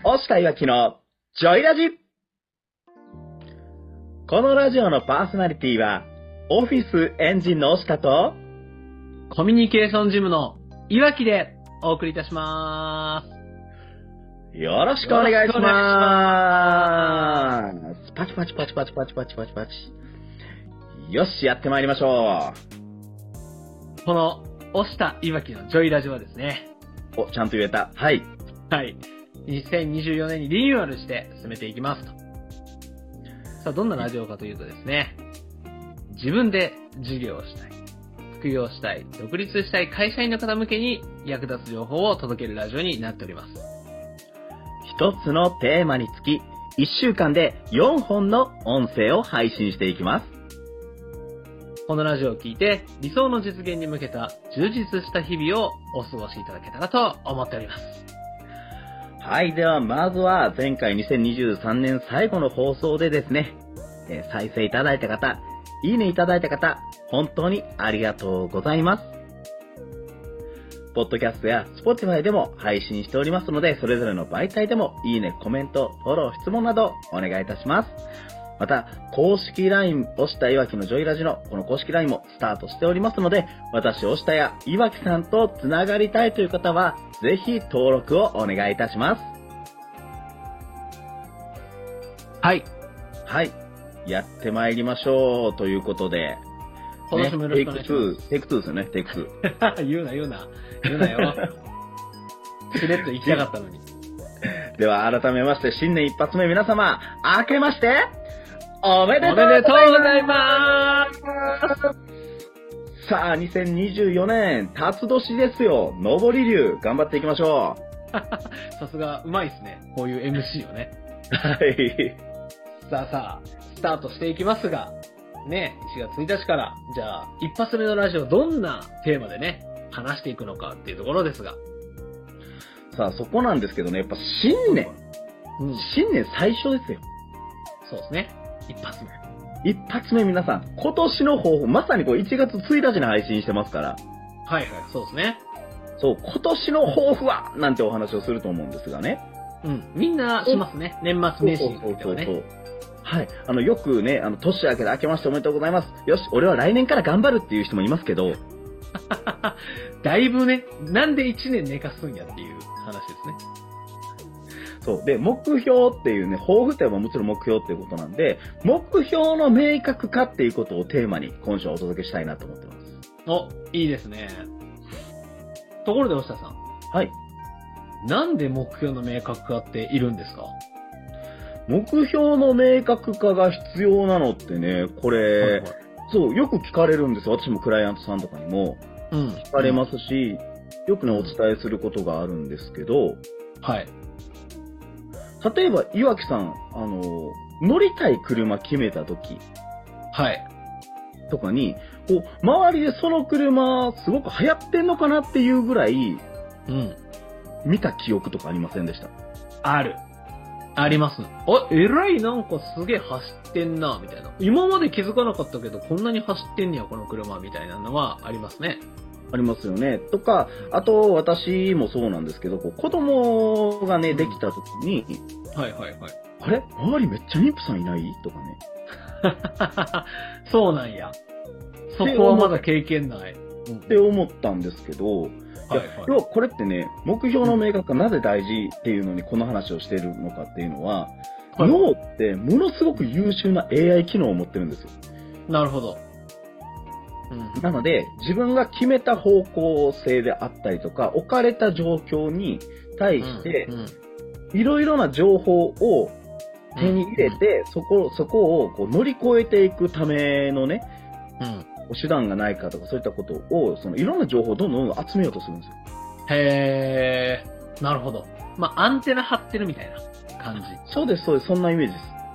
押したいわきのジョイラジ。このラジオのパーソナリティは、オフィスエンジンの押したと、 コミュニケーションジムのいわきでお送りいたします。 よろしくお願いします。パチパチパチパチパチパチパチパチ。よし、やってまいりましょう。この押したいわきのジョイラジはですね。 お、ちゃんと言えた。はい。 はい。2024年にリニューアルして進めていきますと。さあ、どんなラジオかというとですね、自分で事業をしたい、副業したい、独立したい会社員の方向けに役立つ情報を届けるラジオになっております。 一つのテーマにつき、1週間で4本の音声を配信していきます。 このラジオを聞いて、理想の実現に向けた充実した日々をお過ごしいただけたらと思っております。 はい。では、まずは前回2023年最後の放送でですね、再生いただいた方、いいねいただいた方、本当にありがとうございます。ポッドキャストや Spotify でも配信しておりますので、それぞれの媒体でもいいね、コメント、フォロー、質問などお願いいたします。また、公式 LINE、押したいわきのジョイラジのこの公式 LINE もスタートしておりますので、私、押したやいわきさんとつながりたいという方は、ぜひ登録をお願いいたします。 はい。 はい。やってまいりましょう。ということで。 今年もよろしくお願いします。 テイク2ですよね、テイク 2。言うなよ。しれっと行きたかったのに。 では、改めまして、新年一発目皆様、明けまして、おめでとうございます。さあ、2024年、辰年ですよ。上り流、頑張っていきましょう。さすが、うまいですね。こういう MC をね。 はい。 さあ、スタートしていきますが、ね、1月1日から、じゃあ、一発目のラジオ、どんなテーマでね、話していくのかっていうところですが。 さあ、そこなんですけどね、やっぱ新年、新年最初ですよ。 そうですね。 一発目皆さん、今年の抱負、まさにこう1月1日に配信してますから。 はいはい、そうですね。 そう、今年の抱負はなんてお話をすると思うんですがね。 みんなしますね。年末年始に向けてはね。そう。 はい。よくね、年明けで明けましておめでとうございます。よし、俺は来年から頑張るっていう人もいますけど。 だいぶね、なんで1年寝かすんやっていう話ですね。 そう。で、目標っていうね、抱負ってももちろん目標っていうことなんで、目標の明確化っていうことをテーマに今週はお届けしたいなと思ってます。 お、いいですね。ところで、押下さん。 はい。 なんで目標の明確化っているんですか？ 目標の明確化が必要なのってね、これ、はいはい、そう、よく聞かれるんですよ。私もクライアントさんとかにも聞かれますし、よくね、お伝えすることがあるんですけど、 はい。 例えば、岩木さん、乗りたい車決めたとき、 はい。 とかに、こう、周りでその車、すごく流行ってんのかなっていうぐらい、見た記憶とかありませんでした？ ある。あります。えらいなんかすげえ走ってんな、みたいな。今まで気づかなかったけど、こんなに走ってんねや、この車、みたいなのはありますね。 ありますよね。とか、あと、私もそうなんですけど、こう子供がね、できた時に、 はいはいはい。 あれ周りめっちゃ妊婦さんいないとかね。 そうなんや。そこはまだ経験ない。 って思ったんですけど、要はこれってね、目標の明確化なぜ大事っていうのにこの話をしているのかっていうのは、脳ってものすごく優秀な AI 機能を持ってるんですよ。 なるほど。 なので、自分が決めた方向性であったりとか、置かれた状況に対して、いろいろな情報を手に入れて、そこをこう乗り越えていくためのね、手段がないかとか、そういったことを、いろんな情報をどんどん集めようとするんですよ。 へー、なるほど。アンテナ張ってるみたいな感じ。 そうです、そんなイメージです。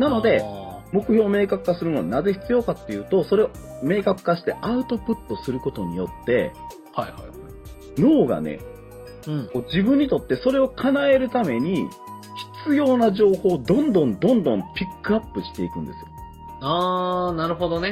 なので、目標を明確化するのはなぜ必要かっていうと、それを明確化してアウトプットすることによって、脳がね、こう自分にとってそれを叶えるために、必要な情報をどんどんピックアップしていくんですよ。 なるほどね。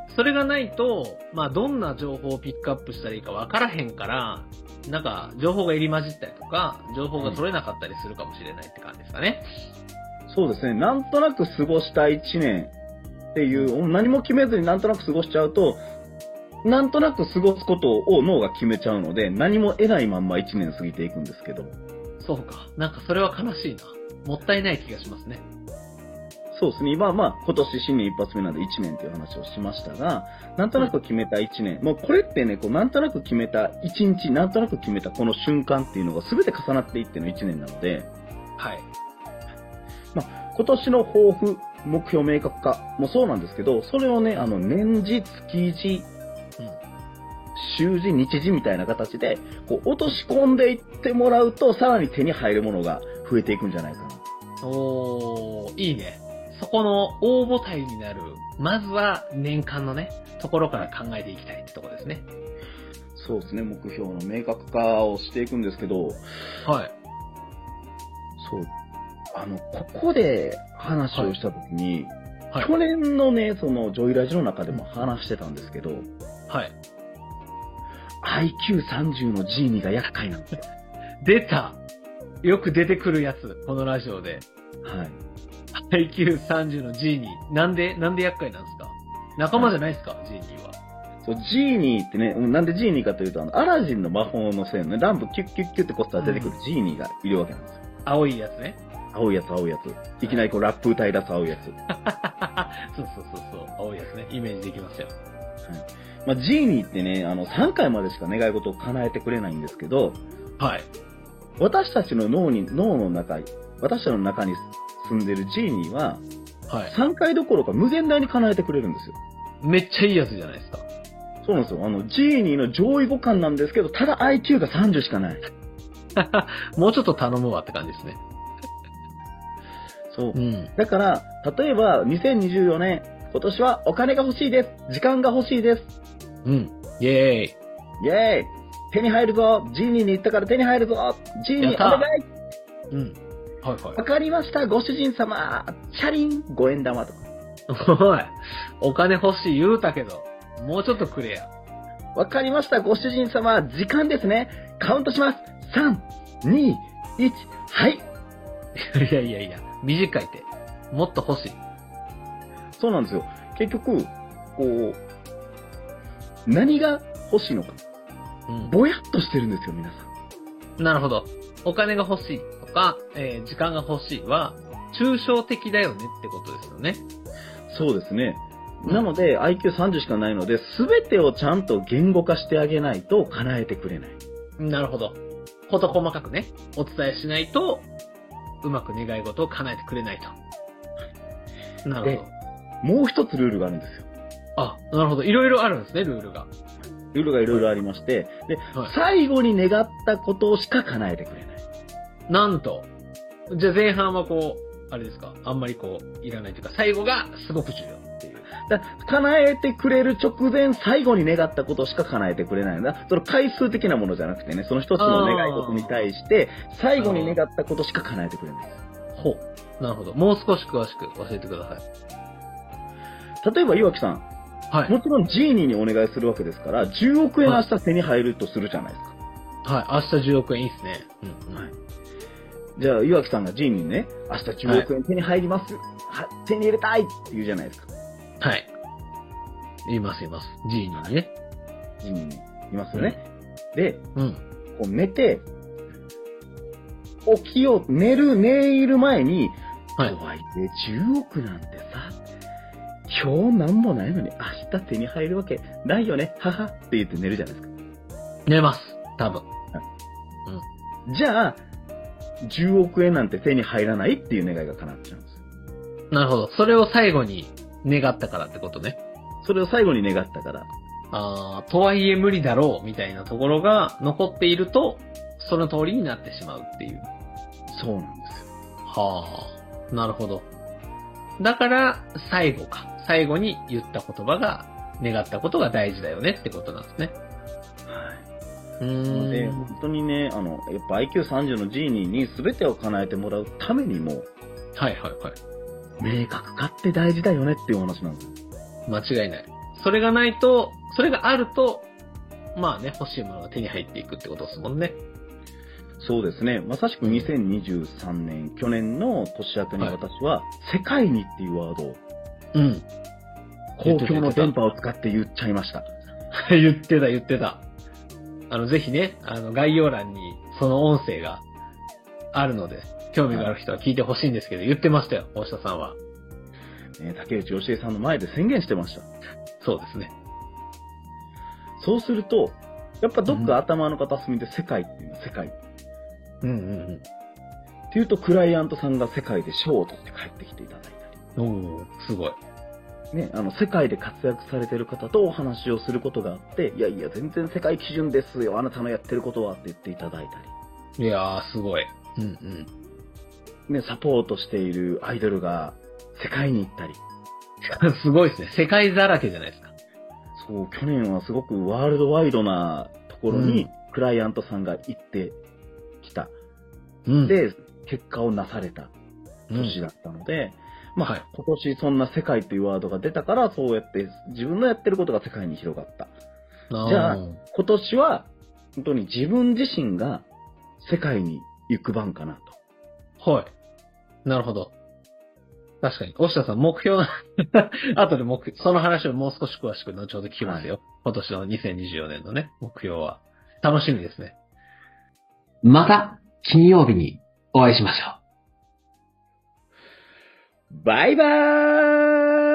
それがないと、まあ、どんな情報をピックアップしたらいいか分からへんから、なんか、情報が入り混じったりとか、情報が取れなかったりするかもしれないって感じですかね。 そうですね。なんとなく過ごした1年っていう、何も決めずになんとなく過ごしちゃうと、なんとなく過ごすことを脳が決めちゃうので、何も得ないまんま1年過ぎていくんですけど。 そうか。なんかそれは悲しいな。もったいない気がしますね。 そうですね。今年新年一発目なんで1年っていう話をしましたが、なんとなく決めた1年。もうこれってね、なんとなく決めた1日、なんとなく決めたこの瞬間っていうのが全て重なっていっての1年なので、 はい。 今年の抱負、目標明確化もそうなんですけど、それをね、年次、月次、週次、日次みたいな形で、落とし込んでいってもらうと、さらに手に入るものが増えていくんじゃないかな。 おー、いいね。そこの応募体になる、まずは年間のね、ところから考えていきたいってところですね。 そうですね、目標の明確化をしていくんですけど、 はい。 そう、ここで話をしたときに、 はい、 去年のね、そのジョイラジの中でも話してたんですけど、 はい。 IQ30 のジーニーが厄介なんですよ。 出た！よく出てくるやつ、このラジオで。 はい。 IQ30 のジーニー。なんで厄介なんですか？仲間じゃないですか、ジーニーは。 そう、ジーニーってね、なんでジーニーかというと、アラジンの魔法の線ね、ランプキュッキュッキュッってこすったら出てくるジーニーがいるわけなんですよ。 青いやつね。 青いやつ。いきなりラップ歌い出す青いやつ。 そう。青いやつね。イメージできますよ。 はい。ジーニーってね、3回までしか願い事を叶えてくれないんですけど、 はい。 私たちの脳の中に住んでるジーニーは、 はい。 3回どころか無限大に叶えてくれるんですよ。 めっちゃいいやつじゃないですか。 そうなんですよ。ジーニーの上位互換なんですけど、ただ IQ が30しかない。 もうちょっと頼むわって感じですね。 そう。 うん。 だから、例えば、2024年、今年はお金が欲しいです。時間が欲しいです。 うん。イェーイ。 イェーイ。手に入るぞ。ジーニーに言ったから手に入るぞ。ジーニーお願い。 うん。はいはい。 わかりました。ご主人様。チャリン。5円玉とか。 おい。お金欲しい言うたけど、もうちょっとくれや。 わかりました。ご主人様。時間ですね。カウントします。3、2、1。はい。 いや。短いって。もっと欲しい。 そうなんですよ。結局、何が欲しいのか。ぼやっとしてるんですよ、皆さん。なるほど。お金が欲しいとか、時間が欲しいは、抽象的だよねってことですよね。 そうですね。なので、IQ30 しかないので、すべてをちゃんと言語化してあげないと叶えてくれない。 なるほど。こと細かくね、お伝えしないと、うまく願い事を叶えてくれないと。なるほど。 もう一つルールがあるんですよ。 あ、なるほど。いろいろあるんですね、ルールが。 ルールがいろいろありまして、で、 はい、 最後に願ったことしか叶えてくれない。 なんと。じゃあ前半はあれですか、あんまりいらないというか、最後がすごく重要っていう。 叶えてくれる直前、最後に願ったことしか叶えてくれないんだ。その回数的なものじゃなくてね、その一つの願い事に対して、最後に願ったことしか叶えてくれないです。 ほう。なるほど。もう少し詳しく教えてください。 例えば、岩木さん。 はい。 もちろんジーニーにお願いするわけですから、10億円明日手に入るとするじゃないですか。はい。明日10億円いいっすね。 うん。はい。じゃあ、岩木さんがジーニーにね、明日10億円手に入ります。はい。手に入れたいって言うじゃないですか。 はい。います。ジーニーにね。 ジーニーにいますよね。で、 うん。 寝て、寝る前に、 はい。 とはいえ10億なんてさ、今日なんもないのに明日手に入るわけないよね、ははって言って寝るじゃないですか。 寝ます。多分。 じゃあ、10億円なんて手に入らないっていう願いが叶っちゃうんです。 なるほど。それを最後に願ったからってことね。 それを最後に願ったから。 とはいえ無理だろうみたいなところが残っていると、その通りになってしまうっていう。 そうなんですよ。 はあ、なるほど。だから、最後に言った言葉が、願ったことが大事だよねってことなんですね。 はい。で、本当にね、やっぱ IQ30 のジーニーに全てを叶えてもらうためにも、 はい。 明確化って大事だよねっていう話なんですよ。 間違いない。 それがないと、それがあると、まあね、欲しいものが手に入っていくってことですもんね。 そうですね。まさしく2023年、去年の年明けに私は、世界にっていうワードを、 うん。 公共の電波を使って言っちゃいました。 言ってた。ぜひね、概要欄にその音声があるので、興味がある人は聞いてほしいんですけど、言ってましたよ、大下さんは。 竹内義恵さんの前で宣言してました。 そうですね。 そうすると、やっぱどっか頭の片隅で世界っていうのは世界。 うんうんうん。 っていうと、クライアントさんが世界で賞を取って帰ってきていただいたり。 おー、すごい。 ね、世界で活躍されてる方とお話をすることがあって、いやいや、全然世界基準ですよ、あなたのやってることはって言っていただいたり。いやー、すごい。うんうん。ね、サポートしているアイドルが世界に行ったり。 すごいですね。世界だらけじゃないですか。 そう、去年はすごくワールドワイドなところにクライアントさんが行ってきた。うん、で、結果をなされた年だったので、まあ、はい、今年そんな世界というワードが出たから、そうやって自分のやってることが世界に広がった。じゃあ、今年は本当に自分自身が世界に行く番かなと。はい。なるほど。確かに。大下さん、目標後でその話をもう少し詳しく後ほど聞きますよ。はい、今年の2024年のね、目標は。楽しみですね。 また、金曜日にお会いしましょう。 バイバーイ。